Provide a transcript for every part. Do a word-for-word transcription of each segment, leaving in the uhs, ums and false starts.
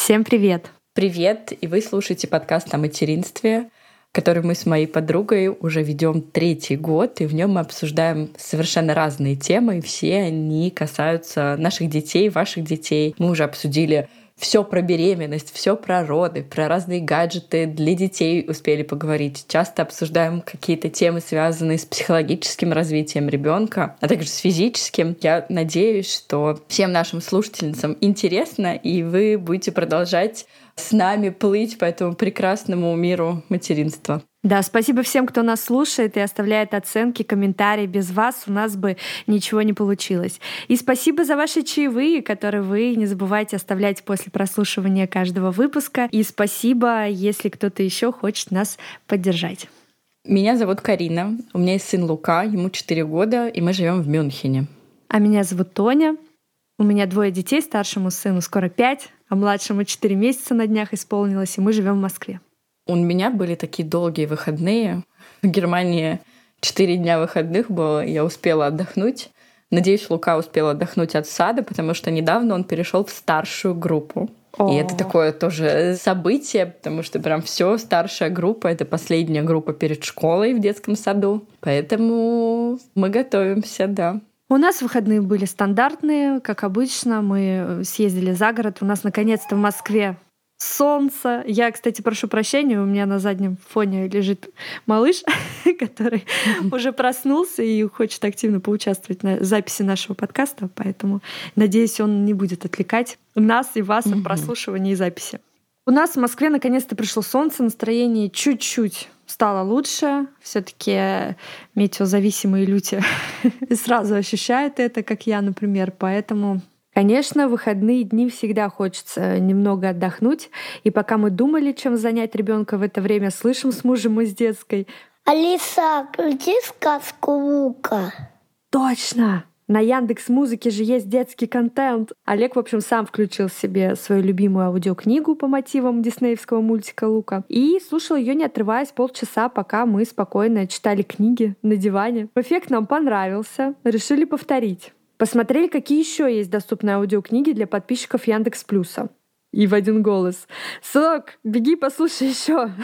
Всем привет! Привет! И вы слушаете подкаст о материнстве, который мы с моей подругой уже ведем третий год, и в нем мы обсуждаем совершенно разные темы, и все они касаются наших детей, ваших детей. Мы уже обсудили все про беременность, все про роды, про разные гаджеты для детей успели поговорить. Часто обсуждаем какие-то темы, связанные с психологическим развитием ребенка, а также с физическим. Я надеюсь, что всем нашим слушательницам интересно, и вы будете продолжать с нами плыть по этому прекрасному миру материнства. Да, спасибо всем, кто нас слушает и оставляет оценки, комментарии. Без вас у нас бы ничего не получилось. И спасибо за ваши чаевые, которые вы не забывайте оставлять после прослушивания каждого выпуска. И спасибо, если кто-то еще хочет нас поддержать. Меня зовут Карина, у меня есть сын Лука, ему четыре года, и мы живем в Мюнхене. А меня зовут Тоня. У меня двое детей, старшему сыну скоро пять, а младшему четыре месяца на днях исполнилось, и мы живем в Москве. У меня были такие долгие выходные. В Германии четыре дня выходных было, я успела отдохнуть. Надеюсь, Лука успел отдохнуть от сада, потому что недавно он перешел в старшую группу. О. И это такое тоже событие, потому что прям все старшая группа — это последняя группа перед школой в детском саду. Поэтому мы готовимся, да. У нас выходные были стандартные, как обычно. Мы съездили за город. У нас наконец-то в Москве солнце. Я, кстати, прошу прощения, у меня на заднем фоне лежит малыш, который уже проснулся и хочет активно поучаствовать на записи нашего подкаста, поэтому, надеюсь, он не будет отвлекать нас и вас от прослушивания и записи. У нас в Москве наконец-то пришло солнце, настроение чуть-чуть стало лучше. Все-таки метеозависимые люди сразу ощущают это, как я, например, поэтому... Конечно, в выходные дни всегда хочется немного отдохнуть. И пока мы думали, чем занять ребенка в это время, слышим с мужем из детской: Алиса, включи сказку Лука. Точно! На Яндекс.Музыке же есть детский контент. Олег, в общем, сам включил себе свою любимую аудиокнигу по мотивам диснеевского мультика «Лука» и слушал ее, не отрываясь, полчаса, пока мы спокойно читали книги на диване. Эффект нам понравился, решили повторить. Посмотрели, какие еще есть доступные аудиокниги для подписчиков Яндекс.Плюса. И в один голос: «Сок, беги, послушай еще.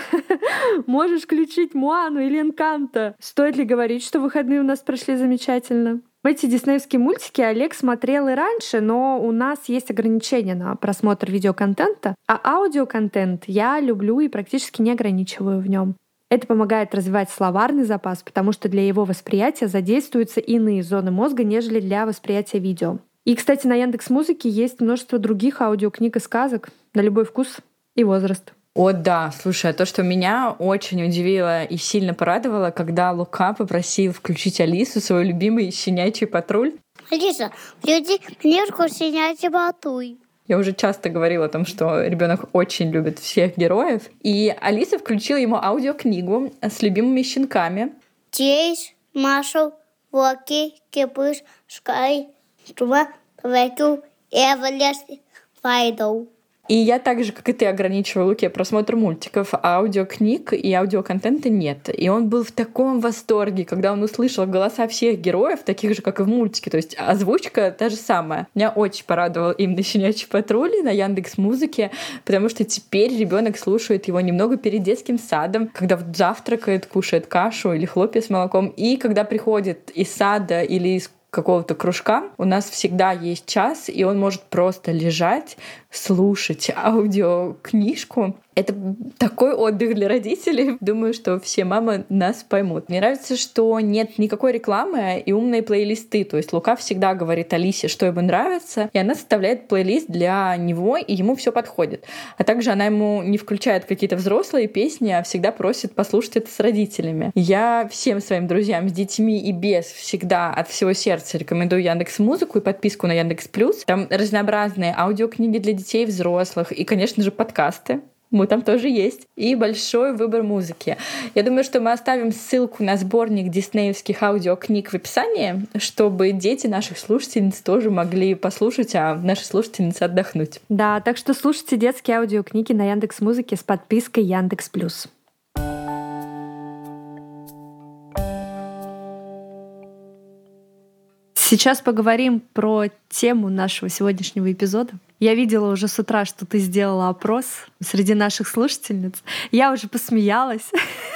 Можешь включить Моану или Энканто». Стоит ли говорить, что выходные у нас прошли замечательно? Эти диснеевские мультики Олег смотрел и раньше, но у нас есть ограничения на просмотр видеоконтента, а аудиоконтент я люблю и практически не ограничиваю в нем. Это помогает развивать словарный запас, потому что для его восприятия задействуются иные зоны мозга, нежели для восприятия видео. И, кстати, на Яндекс.Музыке есть множество других аудиокниг и сказок на любой вкус и возраст. О, да, слушай, а то, что меня очень удивило и сильно порадовало, когда Лука попросил включить Алису, свой любимый щенячий патруль. Алиса, включи книжку «Щенячий патруль». Я уже часто говорила о том, что ребенок очень любит всех героев. И Алиса включила ему аудиокнигу с любимыми щенками. Чейз, Маршал, Локи, Кипыш, Скай, Тума, Векю, Эвелес, Файдоу. И я так же, как и ты, ограничиваю Луке просмотр мультиков, а аудиокниг и аудиоконтента нет. И он был в таком восторге, когда он услышал голоса всех героев, таких же, как и в мультике. То есть озвучка та же самая. Меня очень порадовал именно «Щенячий патруль» на Яндекс.Музыке, потому что теперь ребенок слушает его немного перед детским садом, когда вот завтракает, кушает кашу или хлопья с молоком, и когда приходит из сада или из какого-то кружка, у нас всегда есть час, и он может просто лежать, слушать аудиокнижку. Это такой отдых для родителей. Думаю, что все мамы нас поймут. Мне нравится, что нет никакой рекламы и умные плейлисты. То есть Лука всегда говорит Алисе, что ему нравится, и она составляет плейлист для него, и ему все подходит. А также она ему не включает какие-то взрослые песни, а всегда просит послушать это с родителями. Я всем своим друзьям с детьми и без всегда от всего сердца рекомендую Яндекс.Музыку и подписку на Яндекс.Плюс. Там разнообразные аудиокниги для детей и взрослых, и, конечно же, подкасты. Мы там тоже есть. И большой выбор музыки. Я думаю, что мы оставим ссылку на сборник диснеевских аудиокниг в описании, чтобы дети наших слушательниц тоже могли послушать, а наши слушательницы отдохнуть. Да, так что слушайте детские аудиокниги на Яндекс.Музыке с подпиской Яндекс.Плюс. Сейчас поговорим про тему нашего сегодняшнего эпизода. Я видела уже с утра, что ты сделала опрос среди наших слушательниц. Я уже посмеялась.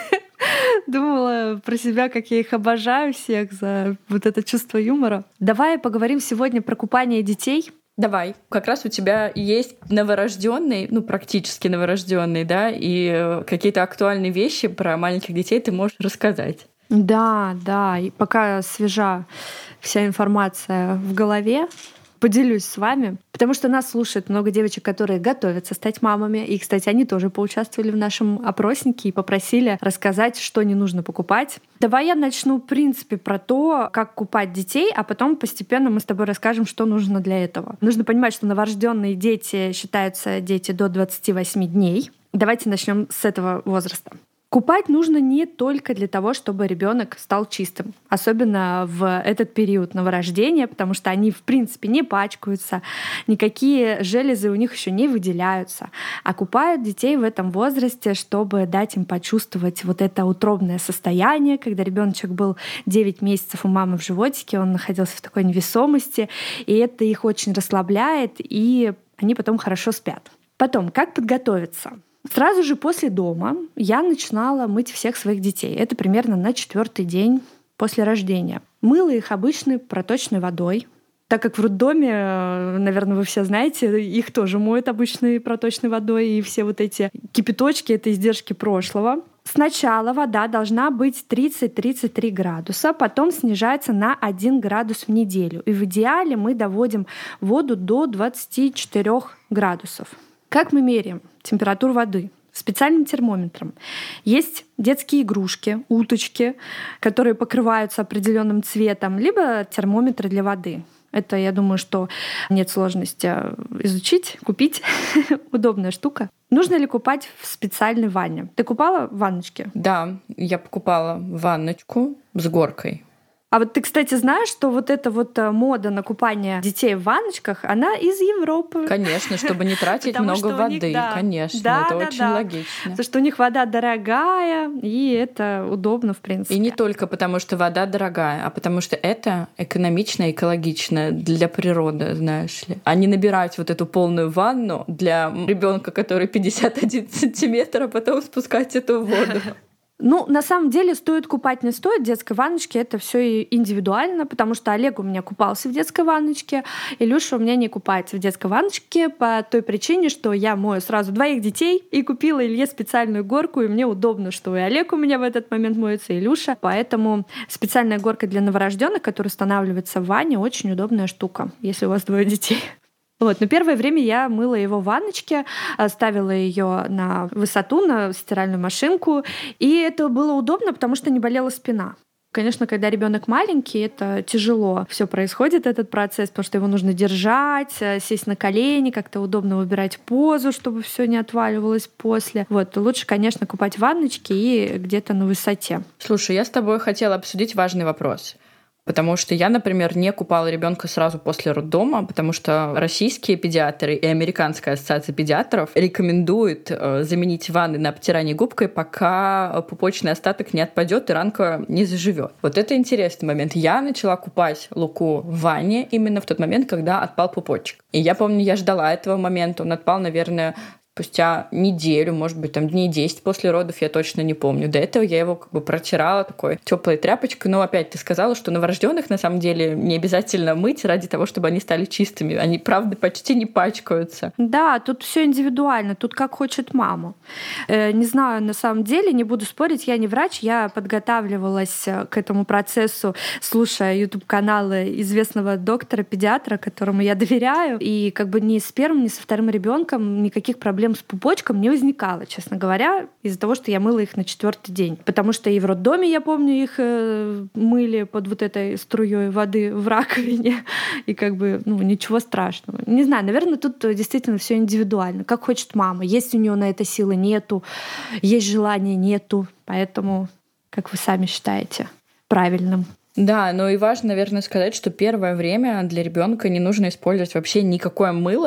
Думала про себя, как я их обожаю всех за вот это чувство юмора. Давай поговорим сегодня про купание детей. Давай. Как раз у тебя есть новорожденный, ну, практически новорожденный, да, и какие-то актуальные вещи про маленьких детей ты можешь рассказать. Да, да. И пока свежа вся информация в голове, поделюсь с вами, потому что нас слушает много девочек, которые готовятся стать мамами. И, кстати, они тоже поучаствовали в нашем опроснике и попросили рассказать, что не нужно покупать. Давай я начну, в принципе, про то, как купать детей, а потом постепенно мы с тобой расскажем, что нужно для этого. Нужно понимать, что новорожденные дети считаются дети до двадцати восьми дней. Давайте начнем с этого возраста. Купать нужно не только для того, чтобы ребенок стал чистым, особенно в этот период новорождения, потому что они, в принципе, не пачкаются, никакие железы у них еще не выделяются, а купают детей в этом возрасте, чтобы дать им почувствовать вот это утробное состояние, когда ребеночек был девять месяцев у мамы в животике, он находился в такой невесомости, и это их очень расслабляет, и они потом хорошо спят. Потом, как подготовиться? Сразу же после дома я начинала мыть всех своих детей. Это примерно на четвертый день после рождения. Мыла их обычной проточной водой. Так как в роддоме, наверное, вы все знаете, их тоже моют обычной проточной водой, и все вот эти кипяточки — это издержки прошлого. Сначала вода должна быть тридцать-тридцать три градуса, потом снижается на один градус в неделю. И в идеале мы доводим воду до двадцати четырёх градусов. Как мы меряем температуру воды? Специальным термометром. Есть детские игрушки, уточки, которые покрываются определенным цветом, либо термометры для воды. Это, я думаю, что нет сложности изучить, купить. Удобная штука. Нужно ли купать в специальной ванне? Ты купала в ванночке? Да, я покупала ванночку с горкой. А вот ты, кстати, знаешь, что вот эта вот мода на купание детей в ванночках, она из Европы. Конечно, чтобы не тратить много воды. Них, да. Конечно, да, это да, очень да. логично. Потому что у них вода дорогая, и это удобно, в принципе. И не только потому, что вода дорогая, а потому что это экономично и экологично для природы, знаешь ли. А не набирать вот эту полную ванну для ребенка, который пятьдесят один сантиметр, а потом спускать эту воду. Ну, на самом деле, стоит купать, не стоит. В детской ванночке это все индивидуально, потому что Олег у меня купался в детской ванночке, Илюша у меня не купается в детской ванночке по той причине, что я мою сразу двоих детей и купила Илье специальную горку, и мне удобно, что и Олег у меня в этот момент моется, и Илюша. Поэтому специальная горка для новорожденных, которая устанавливается в ванне, очень удобная штука, если у вас двое детей. Вот. Но первое время я мыла его в ванночке, ставила ее на высоту, на стиральную машинку, и это было удобно, потому что не болела спина. Конечно, когда ребенок маленький, это тяжело. Все происходит, этот процесс, потому что его нужно держать, сесть на колени, как-то удобно выбирать позу, чтобы все не отваливалось после. Вот. Лучше, конечно, купать в ванночке и где-то на высоте. Слушай, я с тобой хотела обсудить важный вопрос. Потому что я, например, не купала ребенка сразу после роддома, потому что российские педиатры и Американская ассоциация педиатров рекомендуют заменить ванны на обтирание губкой, пока пупочный остаток не отпадет и ранка не заживет. Вот это интересный момент. Я начала купать Луку в ванне именно в тот момент, когда отпал пупочек. И я помню, я ждала этого момента. Он отпал, наверное, спустя неделю, может быть, там дней десять после родов, я точно не помню. До этого я его как бы протирала такой теплой тряпочкой. Но опять ты сказала, что новорожденных на самом деле не обязательно мыть ради того, чтобы они стали чистыми. Они, правда, почти не пачкаются. Да, тут все индивидуально, тут как хочет мама. Э, не знаю, на самом деле, не буду спорить, я не врач, я подготавливалась к этому процессу, слушая YouTube-каналы известного доктора-педиатра, которому я доверяю. И как бы ни с первым, ни со вторым ребенком никаких проблем с пупочком не возникало, честно говоря, из-за того, что я мыла их на четвертый день. Потому что и в роддоме, я помню, их э, мыли под вот этой струей воды в раковине. И как бы, ну, ничего страшного. Не знаю, наверное, тут действительно все индивидуально. Как хочет мама. Есть у нее на это силы, нету. Есть желание, нету. Поэтому, как вы сами считаете, правильным. Да, но и важно, наверное, сказать, что первое время для ребенка не нужно использовать вообще никакое мыло,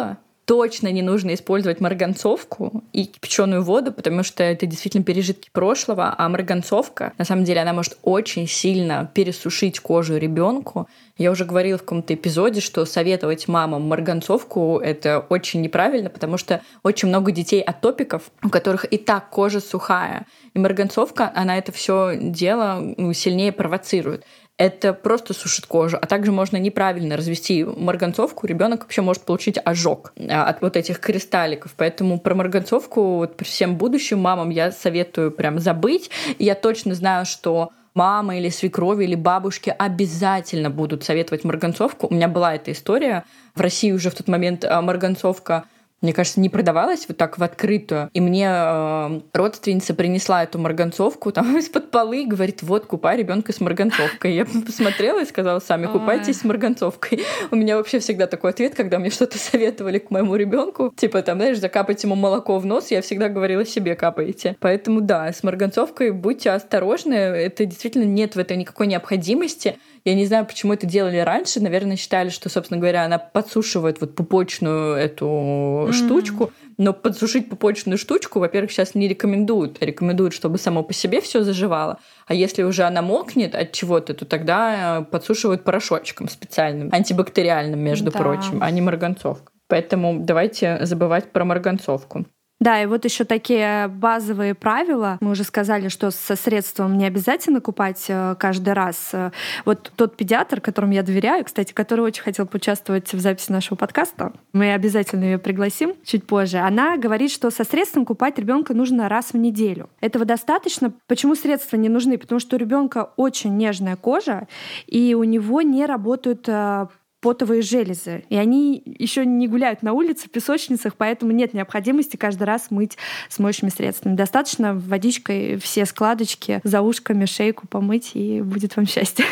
точно не нужно использовать марганцовку и кипяченую воду, потому что это действительно пережитки прошлого, а марганцовка, на самом деле, она может очень сильно пересушить кожу ребенку. Я уже говорила в каком-то эпизоде, что советовать мамам марганцовку — это очень неправильно, потому что очень много детей атопиков, у которых и так кожа сухая. И марганцовка, она это все дело сильнее провоцирует. Это просто сушит кожу. А также можно неправильно развести марганцовку, ребенок вообще может получить ожог от вот этих кристалликов. Поэтому про марганцовку вот при всем будущим мамам я советую прям забыть. И я точно знаю, что мама или свекрови или бабушки обязательно будут советовать марганцовку. У меня была эта история. В России уже в тот момент марганцовка, мне кажется, не продавалась вот так в открытую. И мне э, родственница принесла эту марганцовку там из-под полы и говорит: вот, купай ребенка с марганцовкой. Я посмотрела и сказала: сами купайтесь с марганцовкой. У меня вообще всегда такой ответ, когда мне что-то советовали к моему ребенку. Типа там, знаешь, закапать ему молоко в нос, я всегда говорила: себе капайте. Поэтому да, с марганцовкой будьте осторожны. Это действительно нет в этом никакой необходимости. Я не знаю, почему это делали раньше. Наверное, считали, что, собственно говоря, она подсушивает вот пупочную эту mm-hmm. штучку. Но подсушить пупочную штучку, во-первых, сейчас не рекомендуют. Рекомендуют, чтобы само по себе все заживало. А если уже она мокнет от чего-то, то тогда подсушивают порошочком специальным, антибактериальным, между да. прочим, а не марганцовкой. Поэтому давайте забывать про марганцовку. Да, и вот еще такие базовые правила. Мы уже сказали, что со средством не обязательно купать каждый раз. Вот тот педиатр, которому я доверяю, кстати, который очень хотел поучаствовать в записи нашего подкаста, мы обязательно ее пригласим чуть позже, она говорит, что со средством купать ребенка нужно раз в неделю. Этого достаточно. Почему средства не нужны? Потому что у ребенка очень нежная кожа, и у него не работают потовые железы. И они еще не гуляют на улице, в песочницах, поэтому нет необходимости каждый раз мыть с моющими средствами. Достаточно водичкой все складочки за ушками, шейку помыть, и будет вам счастье.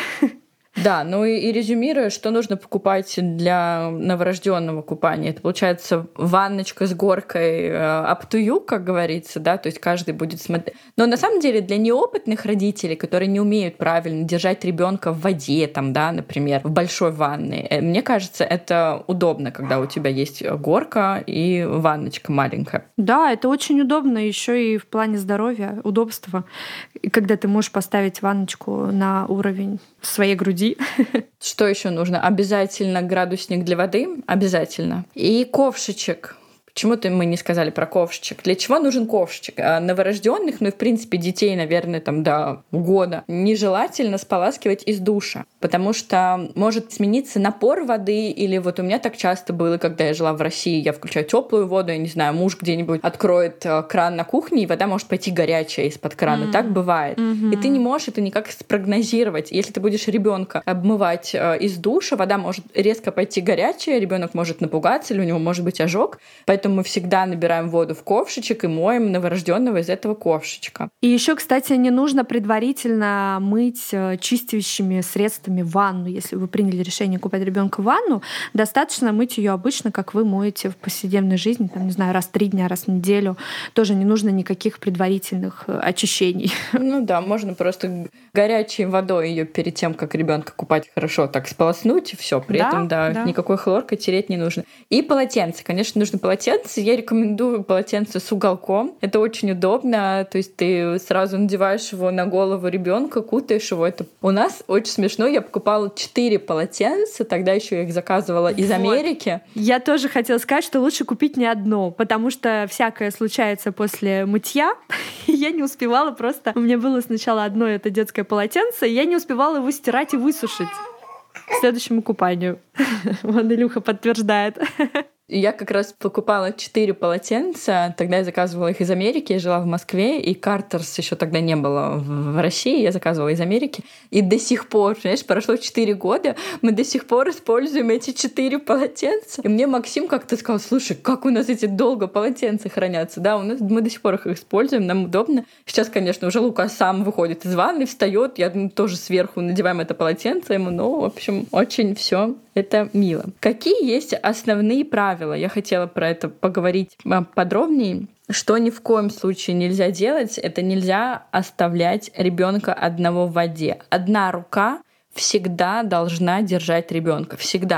Да, ну и, и резюмируя, что нужно покупать для новорожденного купания. Это получается ванночка с горкой up to you, как говорится, да, то есть каждый будет смотреть. Но на самом деле для неопытных родителей, которые не умеют правильно держать ребенка в воде, там, да, например, в большой ванной, мне кажется, это удобно, когда у тебя есть горка и ванночка маленькая. Да, это очень удобно еще и в плане здоровья, удобства, когда ты можешь поставить ванночку на уровень своей груди. Что еще нужно? Обязательно градусник для воды. Обязательно. И ковшичек. Почему-то мы не сказали про ковшичек. Для чего нужен ковшичек? Новорожденных, ну и в принципе детей, наверное, там до года, нежелательно споласкивать из душа, потому что может смениться напор воды, или вот у меня так часто было, когда я жила в России, я включаю теплую воду, я не знаю, муж где-нибудь откроет кран на кухне, и вода может пойти горячая из-под крана. Mm. Так бывает. Mm-hmm. И ты не можешь это никак спрогнозировать. Если ты будешь ребенка обмывать из душа, вода может резко пойти горячая, ребенок может напугаться, или у него может быть ожог. Поэтому Поэтому мы всегда набираем воду в ковшичек и моем новорожденного из этого ковшичка. И еще, кстати, не нужно предварительно мыть чистящими средствами ванну. Если вы приняли решение купать ребенка в ванну, достаточно мыть ее обычно, как вы моете в повседневной жизни, там, не знаю, раз в три дня, раз в неделю. Тоже не нужно никаких предварительных очищений. Ну да, можно просто горячей водой ее перед тем, как ребенка купать, хорошо так сполоснуть, и все. При да, этом да, да. никакой хлоркой тереть не нужно. И полотенце. Конечно, нужно полотенце. Я рекомендую полотенце с уголком. Это очень удобно. То есть ты сразу надеваешь его на голову ребенка, кутаешь его. Это у нас очень смешно. Я покупала четыре полотенца. Тогда еще я их заказывала из вот. Америки. Я тоже хотела сказать, что лучше купить не одно, потому что всякое случается после мытья. Я не успевала просто... У меня было сначала одно это детское полотенце, и я не успевала его стирать и высушить к следующему купанию. Вон Илюха подтверждает. Я как раз покупала четыре полотенца. Тогда я заказывала их из Америки. Я жила в Москве, и Картерс еще тогда не было в России. Я заказывала из Америки. И до сих пор, знаешь, прошло четыре года, мы до сих пор используем эти четыре полотенца. И мне Максим как-то сказал: слушай, как у нас эти долго полотенца хранятся? Да, у нас, мы до сих пор их используем, нам удобно. Сейчас, конечно, уже Лука сам выходит из ванны, встает. Я тоже сверху надеваем это полотенце ему. Ну, в общем, очень все это мило. Какие есть основные правила? Я хотела про это поговорить подробнее. Что ни в коем случае нельзя делать, это нельзя оставлять ребенка одного в воде. Одна рука всегда должна держать ребенка. Всегда.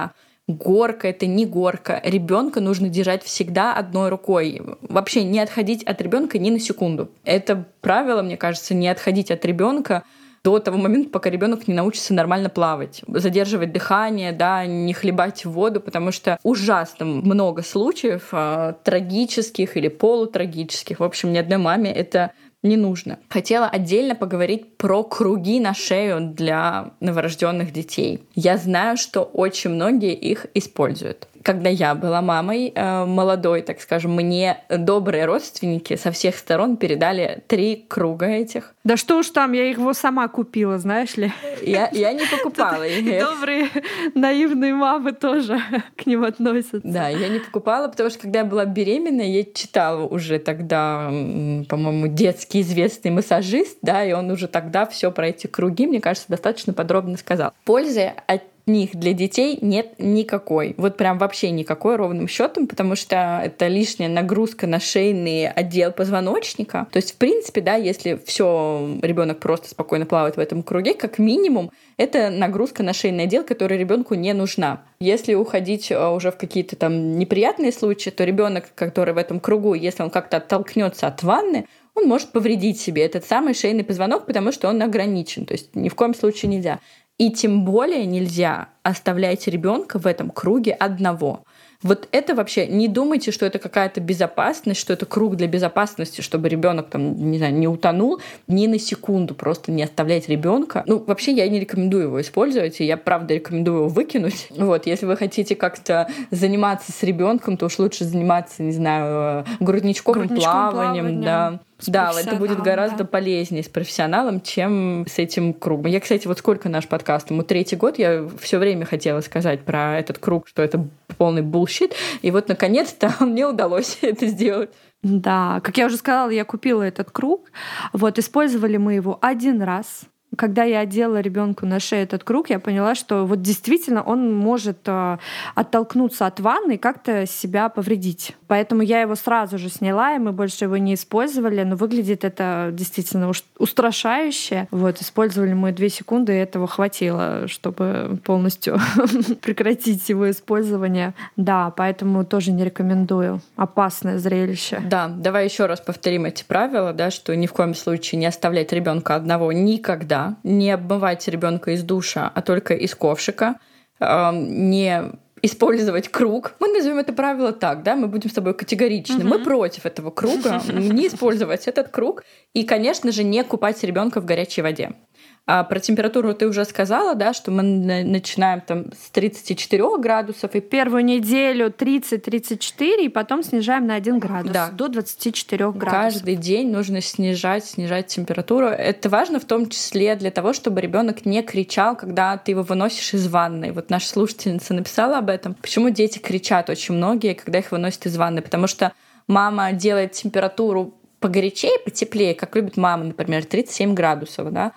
горка — это не горка. Ребенка нужно держать всегда одной рукой. Вообще не отходить от ребенка ни на секунду. Это правило, мне кажется, не отходить от ребенка до того момента, пока ребенок не научится нормально плавать, задерживать дыхание, да, не хлебать воду, потому что ужасно много случаев э, трагических или полутрагических. В общем, ни одной маме это не нужно. Хотела отдельно поговорить про круги на шею для новорожденных детей. Я знаю, что очень многие их используют. Когда я была мамой, молодой, так скажем, мне добрые родственники со всех сторон передали три круга этих. Да что уж там, я его сама купила, знаешь ли. Я, я не покупала их. Добрые, наивные мамы тоже к ним относятся. Да, я не покупала, потому что когда я была беременна, я читала уже тогда, по-моему, детский известный массажист, да, и он уже тогда все про эти круги, мне кажется, достаточно подробно сказал. Пользы от них для детей нет никакой. Вот прям вообще никакой ровным счетом, потому что это лишняя нагрузка на шейный отдел позвоночника. То есть, в принципе, да, если все ребенок просто спокойно плавает в этом круге, как минимум, это нагрузка на шейный отдел, которая ребенку не нужна. Если уходить уже в какие-то там неприятные случаи, то ребенок, который в этом кругу, если он как-то оттолкнется от ванны, он может повредить себе этот самый шейный позвонок, потому что он ограничен. То есть ни в коем случае нельзя. И тем более нельзя оставлять ребенка в этом круге одного. Вот это вообще, не думайте, что это какая-то безопасность, что это круг для безопасности, чтобы ребенок там, не знаю, не утонул ни на секунду, просто не оставлять ребенка. Ну, вообще я не рекомендую его использовать, и я правда рекомендую его выкинуть. Вот, если вы хотите как-то заниматься с ребенком, то уж лучше заниматься, не знаю, грудничковым, грудничковым плаванием, плаванием, да. Да, это будет гораздо да. полезнее с профессионалом, чем с этим кругом. Я, кстати, вот сколько наш подкаст, ему третий год, я все время хотела сказать про этот круг, что это полный булшит, и вот наконец-то мне удалось это сделать. Да, как я уже сказала, я купила этот круг. Вот, использовали мы его один раз. Когда я одела ребенку на шею этот круг, я поняла, что вот действительно он может э, оттолкнуться от ванны и как-то себя повредить. Поэтому я его сразу же сняла, и мы больше его не использовали. Но выглядит это действительно устрашающе. Вот, использовали мы две секунды, и этого хватило, чтобы полностью прекратить его использование. Да, поэтому тоже не рекомендую. Опасное зрелище. Да, давай еще раз повторим эти правила, да, что ни в коем случае не оставлять ребенка одного никогда. Не обмывать ребенка из душа, а только из ковшика. Не использовать круг. Мы назовем это правило так, да, мы будем с тобой категоричны. Uh-huh. Мы против этого круга, не использовать этот круг. И, конечно же, не купать ребенка в горячей воде. А про температуру ты уже сказала, да, что мы начинаем там с тридцати четырёх градусов. И первую неделю тридцать-тридцать четыре, и потом снижаем на один градус, да. до двадцати четырёх градусов. Каждый день нужно снижать, снижать температуру. Это важно в том числе для того, чтобы ребенок не кричал, когда ты его выносишь из ванны. Вот наша слушательница написала об этом. Почему дети кричат очень многие, когда их выносят из ванны? Потому что мама делает температуру погорячее, потеплее, как любит мама, например, тридцать семь градусов, да.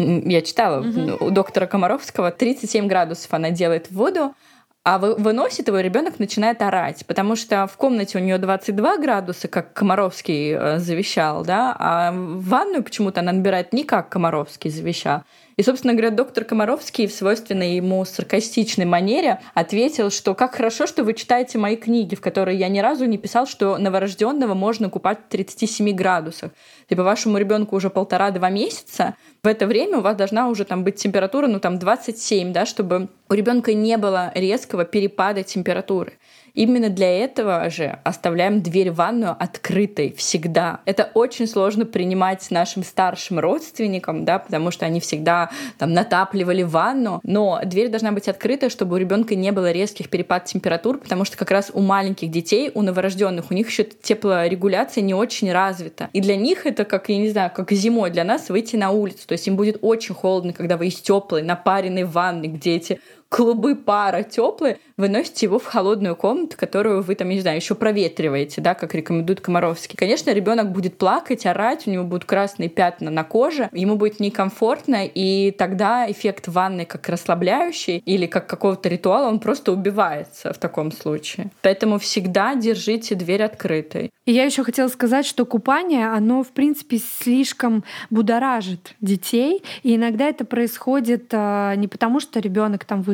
Я читала uh-huh. у доктора Комаровского, тридцать семь градусов она делает в воду, а выносит его, и ребенок начинает орать, потому что в комнате у нее двадцать два градуса, как Комаровский завещал, да, а в ванную почему-то она набирает не как Комаровский завещал. И, собственно говоря, доктор Комаровский в свойственной ему саркастичной манере ответил, что как хорошо, что вы читаете мои книги, в которые я ни разу не писал, что новорожденного можно купать в тридцати семи градусах. Типа вашему ребенку уже полтора-два месяца, в это время у вас должна уже там быть температура, ну там двадцать семь, да, чтобы у ребенка не было резкого перепада температуры. Именно для этого же оставляем дверь в ванную открытой всегда. Это очень сложно принимать нашим старшим родственникам, да, потому что они всегда там натапливали ванну, но дверь должна быть открыта, чтобы у ребенка не было резких перепадов температур, потому что как раз у маленьких детей, у новорожденных, у них еще теплорегуляция не очень развита. И для них это как, я не знаю, как зимой для нас выйти на улицу. То есть им будет очень холодно, когда вы из теплой, напаренной ванны, где эти клубы пара теплые, вы носите его в холодную комнату, которую вы там, не знаю, еще проветриваете, да, как рекомендует Комаровский. Конечно, ребенок будет плакать, орать, у него будут красные пятна на коже, ему будет некомфортно, и тогда эффект ванны как расслабляющий или как какого-то ритуала, он просто убивается в таком случае. Поэтому всегда держите дверь открытой. И я еще хотела сказать, что купание, оно, в принципе, слишком будоражит детей, и иногда это происходит а, не потому, что ребенок там вышел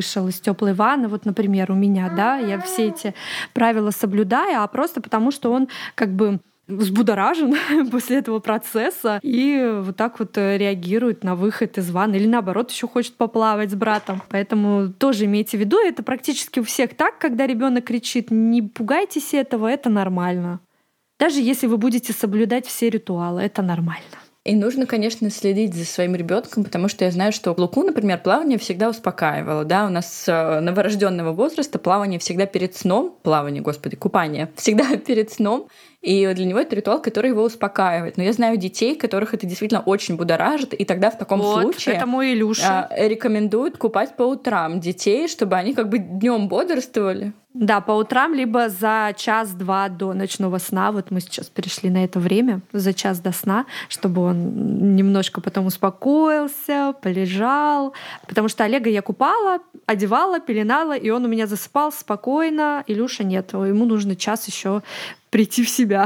вышел из теплой ванны, вот, например, у меня, да, я все эти правила соблюдаю, а просто потому, что он как бы взбудоражен после этого процесса и вот так вот реагирует на выход из ванны или наоборот еще хочет поплавать с братом. Поэтому тоже имейте в виду, это практически у всех так, когда ребенок кричит, не пугайтесь этого, это нормально. Даже если вы будете соблюдать все ритуалы, это нормально. И нужно, конечно, следить за своим ребенком, потому что я знаю, что Луку, например, плавание всегда успокаивало. Да? У нас с новорожденного возраста плавание всегда перед сном, плавание, господи, купание, всегда перед сном. И для него это ритуал, который его успокаивает. Но я знаю детей, которых это действительно очень будоражит, и тогда в таком вот, случае это мой Илюша. рекомендуют купать по утрам детей, чтобы они как бы днем бодрствовали. Да, по утрам, либо за час-два до ночного сна. Вот мы сейчас перешли на это время, за час до сна, чтобы он немножко потом успокоился, полежал. Потому что Олега я купала, одевала, пеленала, и он у меня засыпал спокойно. Илюша нет, ему нужно час еще прийти в себя.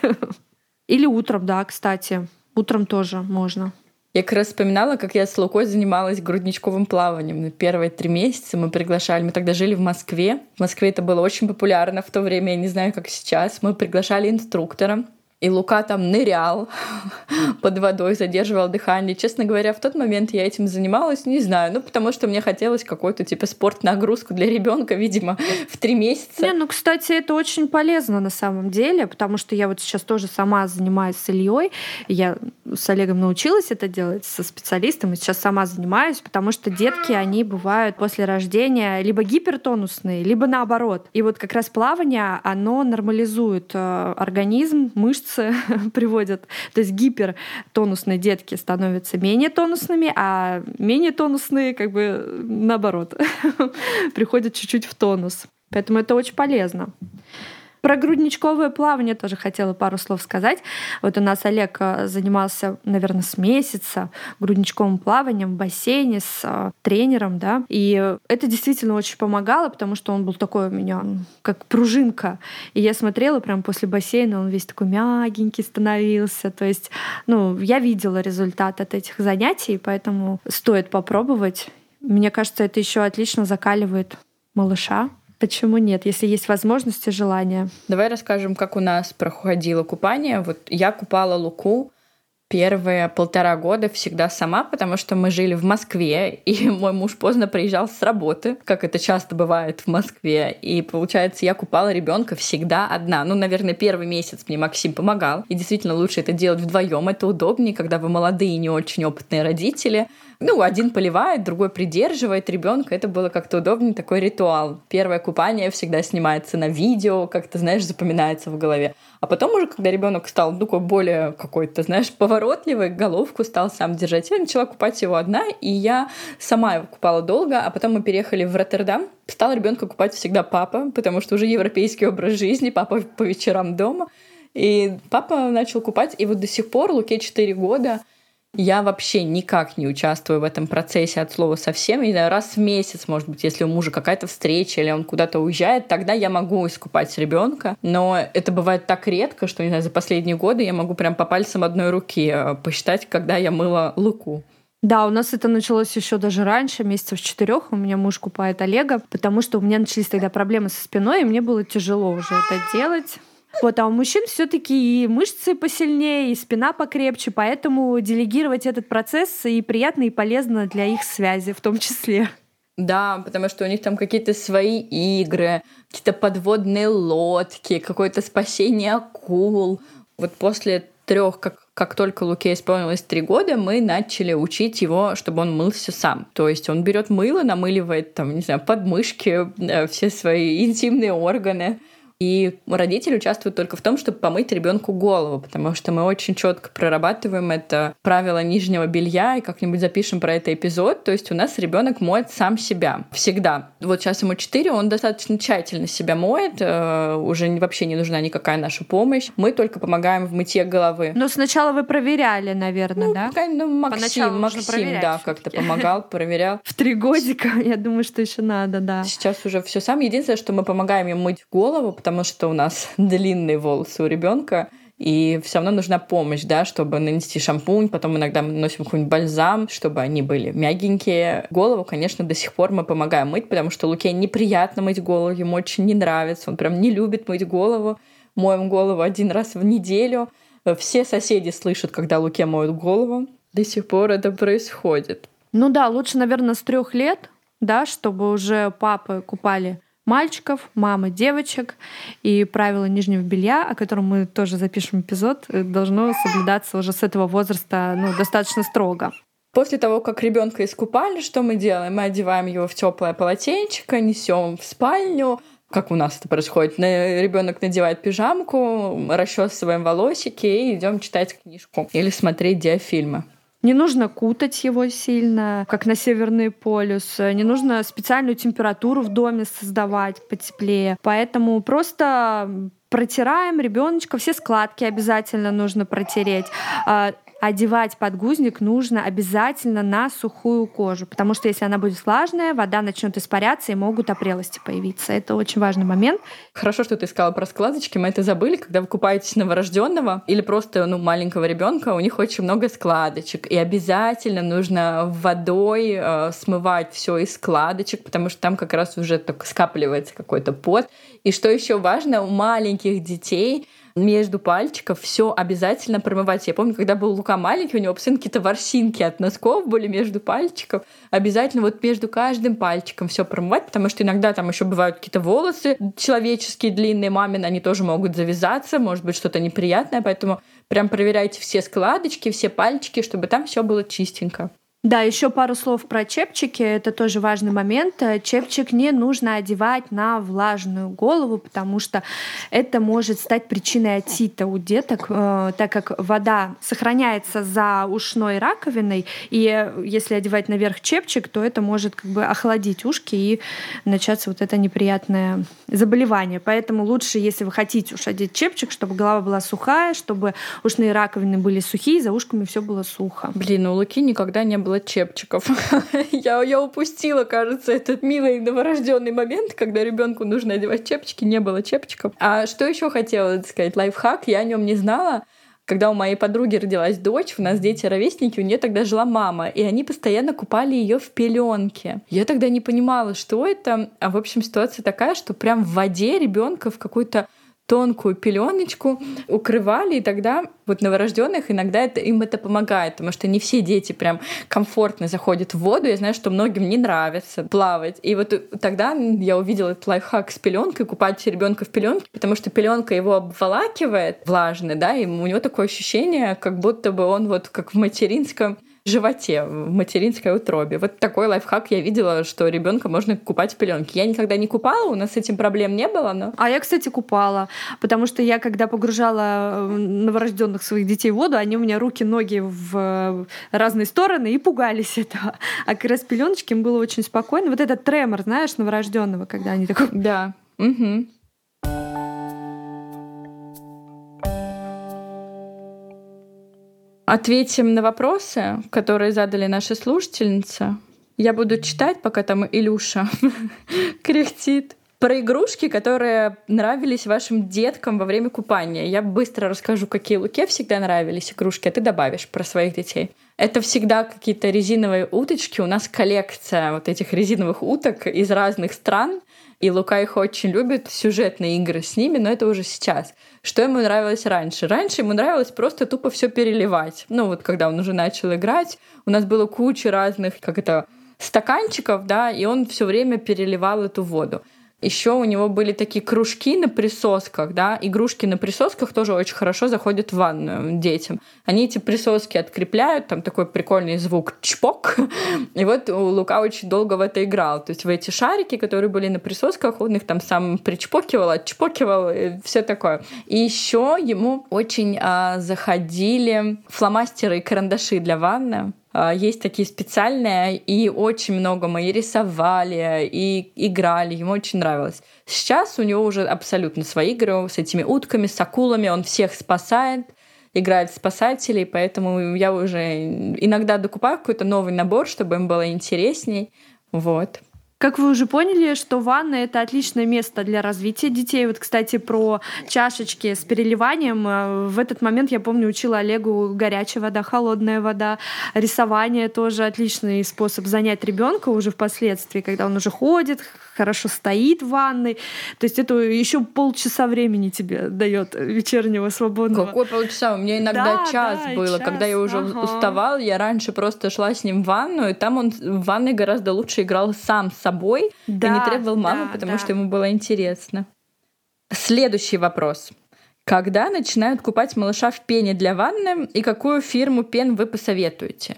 Или утром, да, кстати. Утром тоже можно. Я как раз вспоминала, как я с Лукой занималась грудничковым плаванием. На первые три месяца мы приглашали, мы тогда жили в Москве. В Москве это было очень популярно в то время, я не знаю, как сейчас. Мы приглашали инструктора. И Лука там нырял под водой, задерживал дыхание. Честно говоря, в тот момент я этим занималась, не знаю, ну потому что мне хотелось какой-то типа спорт-нагрузку для ребенка, видимо, в три месяца. Не, ну, кстати, это очень полезно на самом деле, потому что я вот сейчас тоже сама занимаюсь с Ильей. Я с Олегом научилась это делать со специалистом, и сейчас сама занимаюсь, потому что детки, они бывают после рождения либо гипертонусные, либо наоборот. И вот как раз плавание, оно нормализует организм, мышцы приводят. То есть гипертонусные детки становятся менее тонусными, а менее тонусные как бы наоборот приходят чуть-чуть в тонус. Поэтому это очень полезно. Про грудничковое плавание тоже хотела пару слов сказать. Вот у нас Олег занимался, наверное, с месяца грудничковым плаванием в бассейне с тренером, да, и это действительно очень помогало, потому что он был такой у меня, как пружинка. И я смотрела прям после бассейна, он весь такой мягенький становился. То есть, ну, я видела результат от этих занятий, поэтому стоит попробовать. Мне кажется, это еще отлично закаливает малыша. Почему нет, если есть возможность и желание? Давай расскажем, как у нас проходило купание. Вот я купала Луку первые полтора года всегда сама, потому что мы жили в Москве, и мой муж поздно приезжал с работы, как это часто бывает в Москве. И получается, я купала ребенка всегда одна. Ну, наверное, первый месяц мне Максим помогал. И действительно лучше это делать вдвоем. Это удобнее, когда вы молодые, не очень опытные родители. Ну, один поливает, другой придерживает ребенка. Это было как-то удобнее, такой ритуал. Первое купание всегда снимается на видео, как-то, знаешь, запоминается в голове. А потом уже, когда ребенок стал ну, такой более какой-то, знаешь, поворотливый, головку стал сам держать, я начала купать его одна, и я сама его купала долго, а потом мы переехали в Роттердам. Стал ребенка купать всегда папа, потому что уже европейский образ жизни, папа по вечерам дома. И папа начал купать, и вот до сих пор Луке четыре года. Я вообще никак не участвую в этом процессе от слова совсем. Я не знаю, раз в месяц, может быть, если у мужа какая-то встреча или он куда-то уезжает, тогда я могу искупать ребенка. Но это бывает так редко, что, не знаю, за последние годы я могу прям по пальцам одной руки посчитать, когда я мыла Луку. Да, у нас это началось еще даже раньше, месяцев четырех. У меня муж купает Олега, потому что у меня начались тогда проблемы со спиной, и мне было тяжело уже это делать. Вот, а у мужчин все-таки и мышцы посильнее, и спина покрепче, поэтому делегировать этот процесс и приятно, и полезно для их связи в том числе. Да, потому что у них там какие-то свои игры, какие-то подводные лодки, какое-то спасение акул. Вот после трех, как, как только Луке исполнилось три года, мы начали учить его, чтобы он мылся сам. То есть он берет мыло, намыливает там, не знаю, подмышки, все свои интимные органы. И родители участвуют только в том, чтобы помыть ребенку голову, потому что мы очень четко прорабатываем это правило нижнего белья и как-нибудь запишем про это эпизод. То есть у нас ребенок моет сам себя всегда. Вот сейчас ему четыре, он достаточно тщательно себя моет, уже вообще не нужна никакая наша помощь. Мы только помогаем в мытье головы. Но сначала вы проверяли, наверное, ну, да? Пока, ну, Максим, Максим, да, как-то помогал, проверял. В три годика, я думаю, что еще надо, да. Сейчас уже все сам. Единственное, что мы помогаем ему мыть голову, потому что у нас длинные волосы у ребенка, и все равно нужна помощь, да, чтобы нанести шампунь, потом иногда мы наносим какой-нибудь бальзам, чтобы они были мягенькие. Голову, конечно, до сих пор мы помогаем мыть, потому что Луке неприятно мыть голову, ему очень не нравится, он прям не любит мыть голову. Моем голову один раз в неделю. Все соседи слышат, когда Луке моют голову. До сих пор это происходит. Ну да, лучше, наверное, с трех лет, да, чтобы уже папы купали мальчиков, мамы девочек, и правила нижнего белья, о котором мы тоже запишем эпизод, должно соблюдаться уже с этого возраста, ну, достаточно строго. После того, как ребенка искупали, что мы делаем? Мы одеваем его в теплое полотенчико, несем в спальню. Как у нас это происходит? Ребенок надевает пижамку, расчесываем волосики и идем читать книжку или смотреть диафильмы. Не нужно кутать его сильно, как на Северный полюс. Не нужно специальную температуру в доме создавать потеплее. Поэтому просто протираем ребеночка. Все складки обязательно нужно протереть. Одевать подгузник нужно обязательно на сухую кожу, потому что если она будет влажная, вода начнет испаряться и могут опрелости появиться. Это очень важный момент. Хорошо, что ты сказала про складочки. Мы это забыли, когда вы купаетесь новорожденного или просто ну, маленького ребенка, у них очень много складочек. И обязательно нужно водой э, смывать все из складочек, потому что там как раз уже только скапливается какой-то пот. И что еще важно, у маленьких детей между пальчиков все обязательно промывать. Я помню, когда был Лука маленький, у него постоянно какие-то ворсинки от носков были между пальчиков. Обязательно вот между каждым пальчиком все промывать, потому что иногда там еще бывают какие-то волосы человеческие, длинные, мамины, они тоже могут завязаться, может быть что-то неприятное, поэтому прям проверяйте все складочки, все пальчики, чтобы там все было чистенько. Да, еще пару слов про чепчики. Это тоже важный момент. Чепчик не нужно одевать на влажную голову, потому что это может стать причиной отита у деток, так как вода сохраняется за ушной раковиной, и если одевать наверх чепчик, то это может как бы охладить ушки и начаться вот это неприятное заболевание. Поэтому лучше, если вы хотите уж одеть чепчик, чтобы голова была сухая, чтобы ушные раковины были сухие, за ушками все было сухо. Блин, у Луки никогда не было чепчиков. я, я упустила, кажется, этот милый новорожденный момент, когда ребенку нужно одевать чепчики, не было чепчиков. А что еще хотела сказать? Лайфхак, я о нем не знала. Когда у моей подруги родилась дочь, у нас дети-ровесники, у нее тогда жила мама, и они постоянно купали ее в пеленке. Я тогда не понимала, что это. А в общем, ситуация такая, что прям в воде ребенка в какую-то тонкую пеленочку укрывали, и тогда вот новорожденных иногда это, им это помогает, потому что не все дети прям комфортно заходят в воду. Я знаю, что многим не нравится плавать. И вот тогда я увидела этот лайфхак с пеленкой, купать ребенка в пеленке, потому что пеленка его обволакивает влажный, да, и у него такое ощущение, как будто бы он вот как в материнском животе, в материнской утробе. Вот такой лайфхак я видела, что ребенка можно купать в пеленке. Я никогда не купала, у нас с этим проблем не было, но... А я, кстати, купала, потому что я, когда погружала новорожденных своих детей в воду, они у меня руки, ноги в разные стороны и пугались этого. А как раз пеленочки им было очень спокойно. Вот этот тремор, знаешь, новорожденного, когда они такой... Да. Угу. Ответим на вопросы, которые задали наши слушательницы. Я буду читать, пока там Илюша кряхтит. Про игрушки, которые нравились вашим деткам во время купания. Я быстро расскажу, какие Луке всегда нравились игрушки, а ты добавишь про своих детей. Это всегда какие-то резиновые уточки. У нас коллекция вот этих резиновых уток из разных стран. И Лука их очень любит, сюжетные игры с ними, но это уже сейчас. Что ему нравилось раньше? Раньше ему нравилось просто тупо все переливать. Ну вот когда он уже начал играть, у нас было куча разных, как это, стаканчиков, да, и он все время переливал эту воду. Еще у него были такие кружки на присосках, да, игрушки на присосках тоже очень хорошо заходят в ванную детям. Они эти присоски открепляют, там такой прикольный звук чпок, и вот Лука очень долго в это играл. То есть в эти шарики, которые были на присосках, он их там сам причпокивал, отчпокивал, и все такое. И еще ему очень а, заходили фломастеры и карандаши для ванны. Есть такие специальные, и очень много мы и рисовали, и играли, ему очень нравилось. Сейчас у него уже абсолютно свои игры с этими утками, с акулами, он всех спасает, играет в спасателей, поэтому я уже иногда докупаю какой-то новый набор, чтобы им было интересней. Вот. Как вы уже поняли, что ванна — это отличное место для развития детей. Вот, кстати, про чашечки с переливанием. В этот момент, я помню, учила Олегу горячая вода, холодная вода, рисование тоже отличный способ занять ребенка уже впоследствии, когда он уже ходит, хорошо стоит в ванной. То есть это еще полчаса времени тебе дает вечернего свободного. Какой полчаса? У меня иногда Да, час да, было. час, Когда я уже ага. уставала, я раньше просто шла с ним в ванну, и там он в ванной гораздо лучше играл сам с собой Да, и не требовал маму, да, потому да. что ему было интересно. Следующий вопрос. Когда начинают купать малыша в пене для ванны, и какую фирму пен вы посоветуете?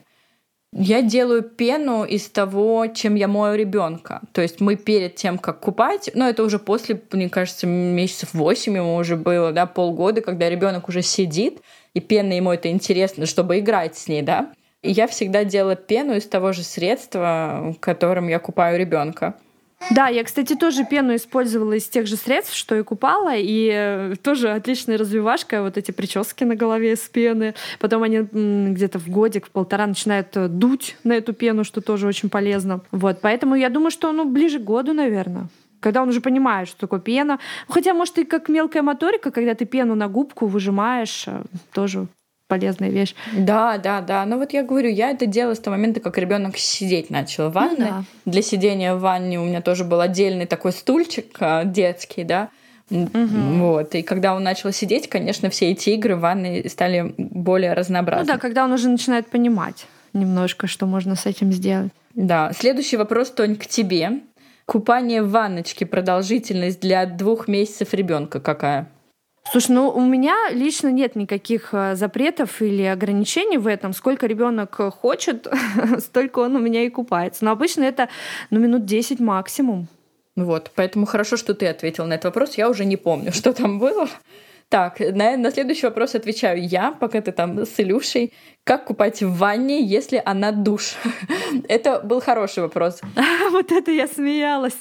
Я делаю пену из того, чем я мою ребенка. То есть мы перед тем, как купать, ну это уже после, мне кажется, месяцев восемь ему уже было, да, полгода, когда ребенок уже сидит, и пена ему это интересно, чтобы играть с ней, да. И я всегда делала пену из того же средства, которым я купаю ребенка. Да, я, кстати, тоже пену использовала из тех же средств, что и купала, и тоже отличная развивашка, вот эти прически на голове из пены. Потом они где-то в годик, в полтора начинают дуть на эту пену, что тоже очень полезно. Вот, поэтому я думаю, что ну, ближе к году, наверное. Когда он уже понимает, что такое пена. Хотя, может, и как мелкая моторика, когда ты пену на губку выжимаешь, тоже полезная вещь. Да, да, да. Но вот я говорю, я это делала с того момента, как ребенок сидеть начал в ванне. Ну, да. Для сидения в ванне у меня тоже был отдельный такой стульчик детский, да. Угу. Вот. И когда он начал сидеть, конечно, все эти игры в ванной стали более разнообразны. Ну да, когда он уже начинает понимать немножко, что можно с этим сделать. Да. Следующий вопрос, Тонь, к тебе. Купание в ванночке, продолжительность для двух месяцев ребенка какая? Слушай, ну у меня лично нет никаких запретов или ограничений в этом. Сколько ребенок хочет, столько он у меня и купается. Но обычно это ну, минут десять максимум. Вот, поэтому хорошо, что ты ответил на этот вопрос. Я уже не помню, что там было. Так, на, на следующий вопрос отвечаю я, пока ты там с Илюшей. Как купать в ванне, если она душ? Это был хороший вопрос. Вот это я смеялась.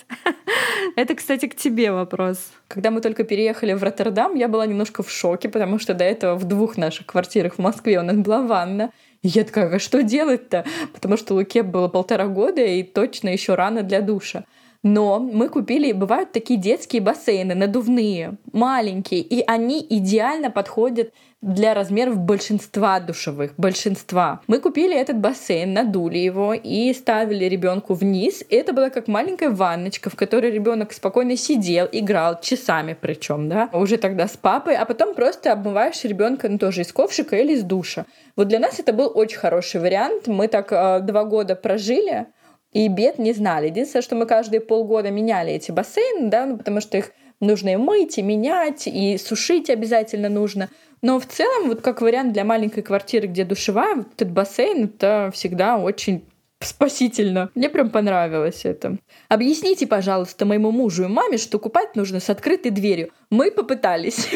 Это, кстати, к тебе вопрос. Когда мы только переехали в Роттердам, я была немножко в шоке, потому что до этого в двух наших квартирах в Москве у нас была ванна. И я такая, а что делать-то? Потому что Луке было полтора года, и точно еще рано для душа. Но мы купили, бывают такие детские бассейны, надувные, маленькие, и они идеально подходят для размеров большинства душевых, большинства. Мы купили этот бассейн, надули его и ставили ребенку вниз. И это была как маленькая ванночка, в которой ребенок спокойно сидел, играл часами причем, да, уже тогда с папой, а потом просто обмываешь ребенка, ну, тоже из ковшика или из душа. Вот для нас это был очень хороший вариант. Мы так э, два года прожили. И бед не знали. Единственное, что мы каждые полгода меняли эти бассейны, да, ну, потому что их нужно и мыть, и менять, и сушить обязательно нужно. Но в целом, вот как вариант для маленькой квартиры, где душевая, вот этот бассейн, это всегда очень спасительно. Мне прям понравилось это. Объясните, пожалуйста, моему мужу и маме, что купать нужно с открытой дверью. Мы попытались.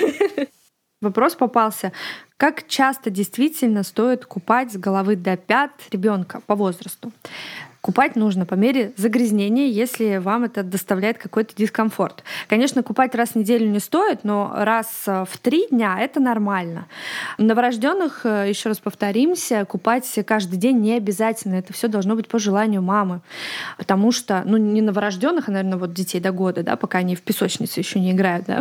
Вопрос попался. Как часто действительно стоит купать с головы до пят ребенка по возрасту? Купать нужно по мере загрязнения, если вам это доставляет какой-то дискомфорт. Конечно, купать раз в неделю не стоит, но раз в три дня это нормально. Новорожденных, еще раз повторимся, купать каждый день не обязательно. Это все должно быть по желанию мамы. Потому что, ну, не новорожденных, а, наверное, вот детей до года, да, пока они в песочнице еще не играют, да.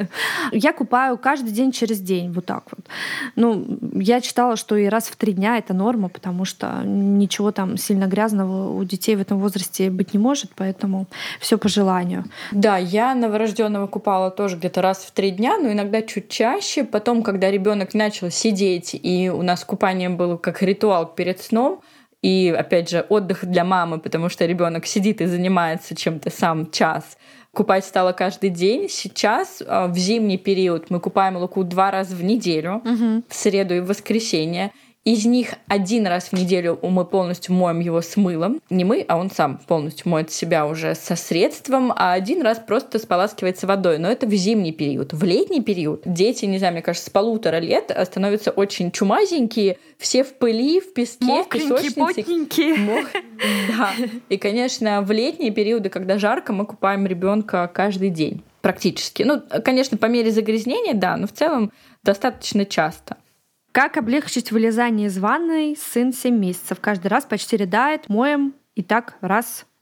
Я купаю каждый день через день, вот так вот. Ну, я читала, что и раз в три дня это норма, потому что ничего там сильно грязного у детей в этом возрасте быть не может, поэтому все по желанию. Да, я новорожденного купала тоже где-то раз в три дня, но иногда чуть чаще. Потом, когда ребенок начал сидеть, и у нас купание было как ритуал перед сном, и, опять же, отдых для мамы, потому что ребенок сидит и занимается чем-то сам час. Купать стало каждый день. Сейчас в зимний период мы купаем Луку два раза в неделю, угу. в среду и в воскресенье. Из них один раз в неделю мы полностью моем его с мылом. Не мы, а он сам полностью моет себя уже со средством, а один раз просто споласкивается водой. Но это в зимний период. В летний период дети, не знаю, мне кажется, с полутора лет становятся очень чумазенькие, все в пыли, в песке, мокренькие, в песочнице. потненькие. Мох... Да. И, конечно, в летние периоды, когда жарко, мы купаем ребенка каждый день практически. Ну, конечно, по мере загрязнения, да, но в целом достаточно часто. Как облегчить вылезание из ванной? Сын семь месяцев. Каждый раз почти рыдает. Моем и так раз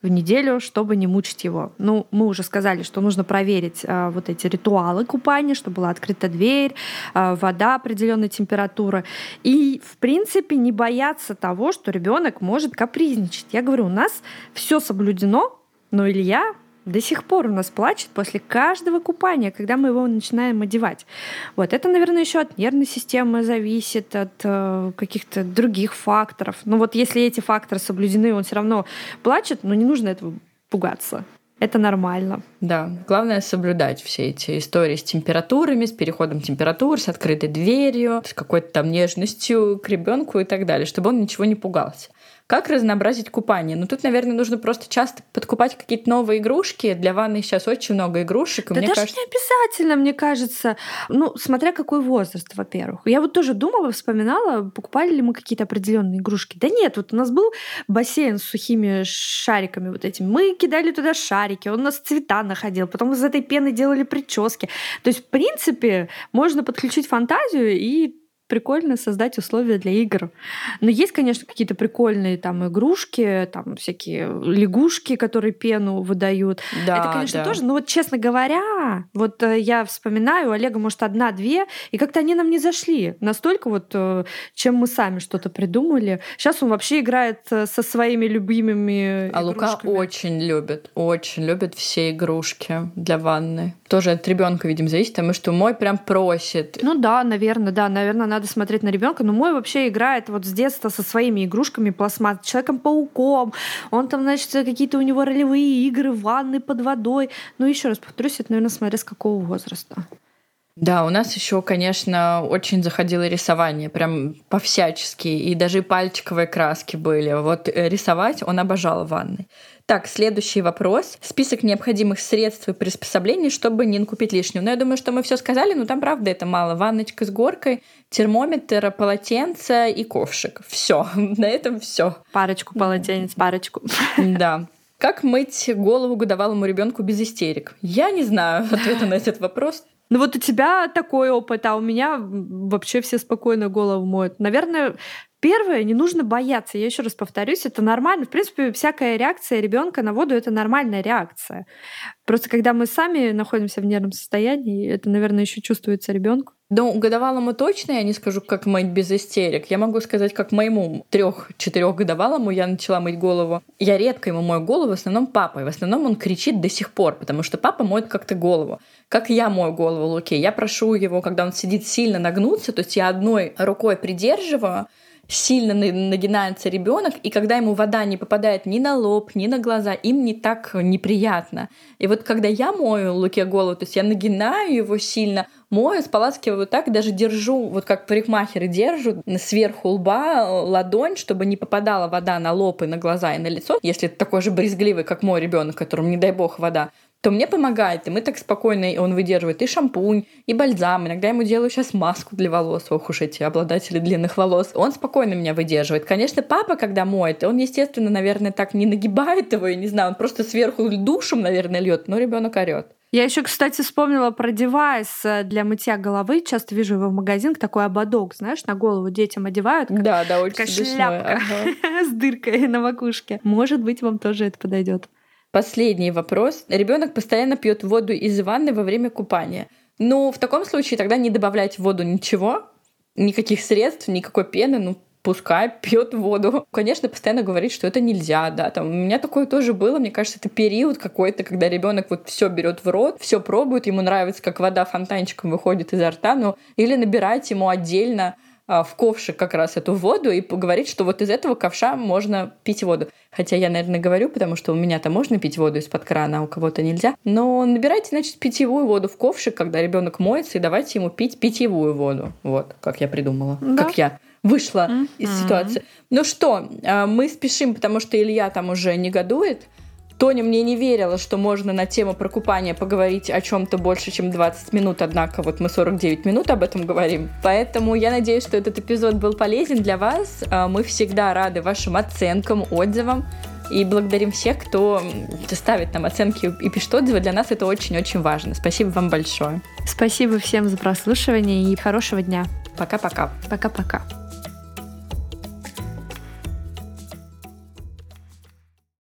в неделю, чтобы не мучить его. Ну, мы уже сказали, что нужно проверить а, вот эти ритуалы купания, чтобы была открыта дверь, а, вода определенной температуры. И, в принципе, не бояться того, что ребенок может капризничать. Я говорю, у нас все соблюдено, но Илья до сих пор у нас плачет после каждого купания, когда мы его начинаем одевать. Вот. Это, наверное, еще от нервной системы зависит, от э, каких-то других факторов. Но вот если эти факторы соблюдены, он все равно плачет, но не нужно этого пугаться. Это нормально. Да, главное соблюдать все эти истории с температурами, с переходом температур, с открытой дверью, с какой-то там нежностью к ребенку и так далее, чтобы он ничего не пугался. Как разнообразить купание? Ну, тут, наверное, нужно просто часто подкупать какие-то новые игрушки. Для ванны сейчас очень много игрушек. Да мне даже кажется... не обязательно, мне кажется. Ну, смотря какой возраст, во-первых. Я вот тоже думала, вспоминала, покупали ли мы какие-то определенные игрушки. Да нет, вот у нас был бассейн с сухими шариками вот этими. Мы кидали туда шарики, он у нас цвета находил, потом из этой пены делали прически. То есть, в принципе, можно подключить фантазию и прикольно создать условия для игр. Но есть, конечно, какие-то прикольные там игрушки, там всякие лягушки, которые пену выдают. Да, это, конечно, да. тоже. Но вот, честно говоря, вот я вспоминаю, у Олега, может, одна-две, и как-то они нам не зашли. Настолько вот, чем мы сами что-то придумали. Сейчас он вообще играет со своими любимыми а игрушками. Лука очень любит, очень любит все игрушки для ванны. Тоже от ребенка, видимо, зависит, потому что мой прям просит. Ну да, наверное, да, наверное, надо смотреть на ребенка. Но мой вообще играет вот с детства со своими игрушками пластмасс, Человеком-пауком. Он там, значит, какие-то у него ролевые игры, ванны под водой. Ну, еще раз повторюсь, это, наверное, смотря с какого возраста. Да, у нас еще, конечно, очень заходило рисование, прям по-всячески, и даже пальчиковые краски были. Вот рисовать он обожал в ванной. Так, следующий вопрос. Список необходимых средств и приспособлений, чтобы не накупить лишнего. Ну, я думаю, что мы все сказали, но там, правда, это мало. Ванночка с горкой, термометр, полотенце и ковшик. Все, на этом все. Парочку полотенец, парочку. Да. Как мыть голову годовалому ребенку без истерик? Я не знаю ответа на этот вопрос. Ну вот у тебя такой опыт, а у меня вообще все спокойно голову моют. Наверное, первое, не нужно бояться. Я еще раз повторюсь, это нормально. В принципе, всякая реакция ребенка на воду — это нормальная реакция. Просто когда мы сами находимся в нервном состоянии, это, наверное, еще чувствуется ребенку. Ну, годовалому точно я не скажу, как мыть без истерик. Я могу сказать, как моему трех-четырехгодовалому я начала мыть голову. Я редко ему мою голову, в основном папой. В основном он кричит до сих пор, потому что папа моет как-то голову. Как я мою голову Луке? Я прошу его, когда он сидит, сильно нагнуться, то есть я одной рукой придерживаю, сильно нагинается ребенок, и когда ему вода не попадает ни на лоб, ни на глаза, им не так неприятно. И вот когда я мою Луке голову, то есть я нагинаю его сильно, мою, споласкиваю так, даже держу, вот как парикмахеры держат, сверху лба ладонь, чтобы не попадала вода на лоб и на глаза и на лицо. Если это такой же брезгливый, как мой ребенок, которому, не дай бог, вода, то мне помогает, и мы так спокойно, и он выдерживает и шампунь, и бальзам. Иногда ему делаю сейчас маску для волос, ох уж эти обладатели длинных волос. Он спокойно меня выдерживает. Конечно, папа, когда моет, он, естественно, наверное, так не нагибает его, я не знаю, он просто сверху душем, наверное, льет, но ребенок орет. Я еще, кстати, вспомнила про девайс для мытья головы. Часто вижу его в магазинах, такой ободок, знаешь, на голову детям одевают. Как, да, да, очень такая смешной. Шляпка ага. с дыркой на макушке. Может быть, вам тоже это подойдет. Последний вопрос. Ребенок постоянно пьет воду из ванны во время купания. Ну, в таком случае тогда не добавлять в воду ничего, никаких средств, никакой пены, ну, пускай пьет воду. Конечно, постоянно говорит, что это нельзя, да. Там, у меня такое тоже было. Мне кажется, это период какой-то, когда ребенок вот все берет в рот, все пробует, ему нравится, как вода фонтанчиком выходит изо рта, ну, или набирать ему отдельно в ковшик как раз эту воду и говорить, что вот из этого ковша можно пить воду. Хотя я, наверное, говорю, потому что у меня-то можно пить воду из-под крана, а у кого-то нельзя. Но набирайте, значит, питьевую воду в ковшик, когда ребенок моется, и давайте ему пить питьевую воду. Вот, как я придумала, да. Как я вышла mm-hmm. из ситуации. Ну что, мы спешим, потому что Илья там уже негодует. Тоня мне не верила, что можно на тему про купание поговорить о чем-то больше, чем двадцать минут, однако вот мы сорок девять минут об этом говорим. Поэтому я надеюсь, что этот эпизод был полезен для вас. Мы всегда рады вашим оценкам, отзывам и благодарим всех, кто ставит нам оценки и пишет отзывы. Для нас это очень-очень важно. Спасибо вам большое. Спасибо всем за прослушивание и хорошего дня. Пока-пока. Пока-пока.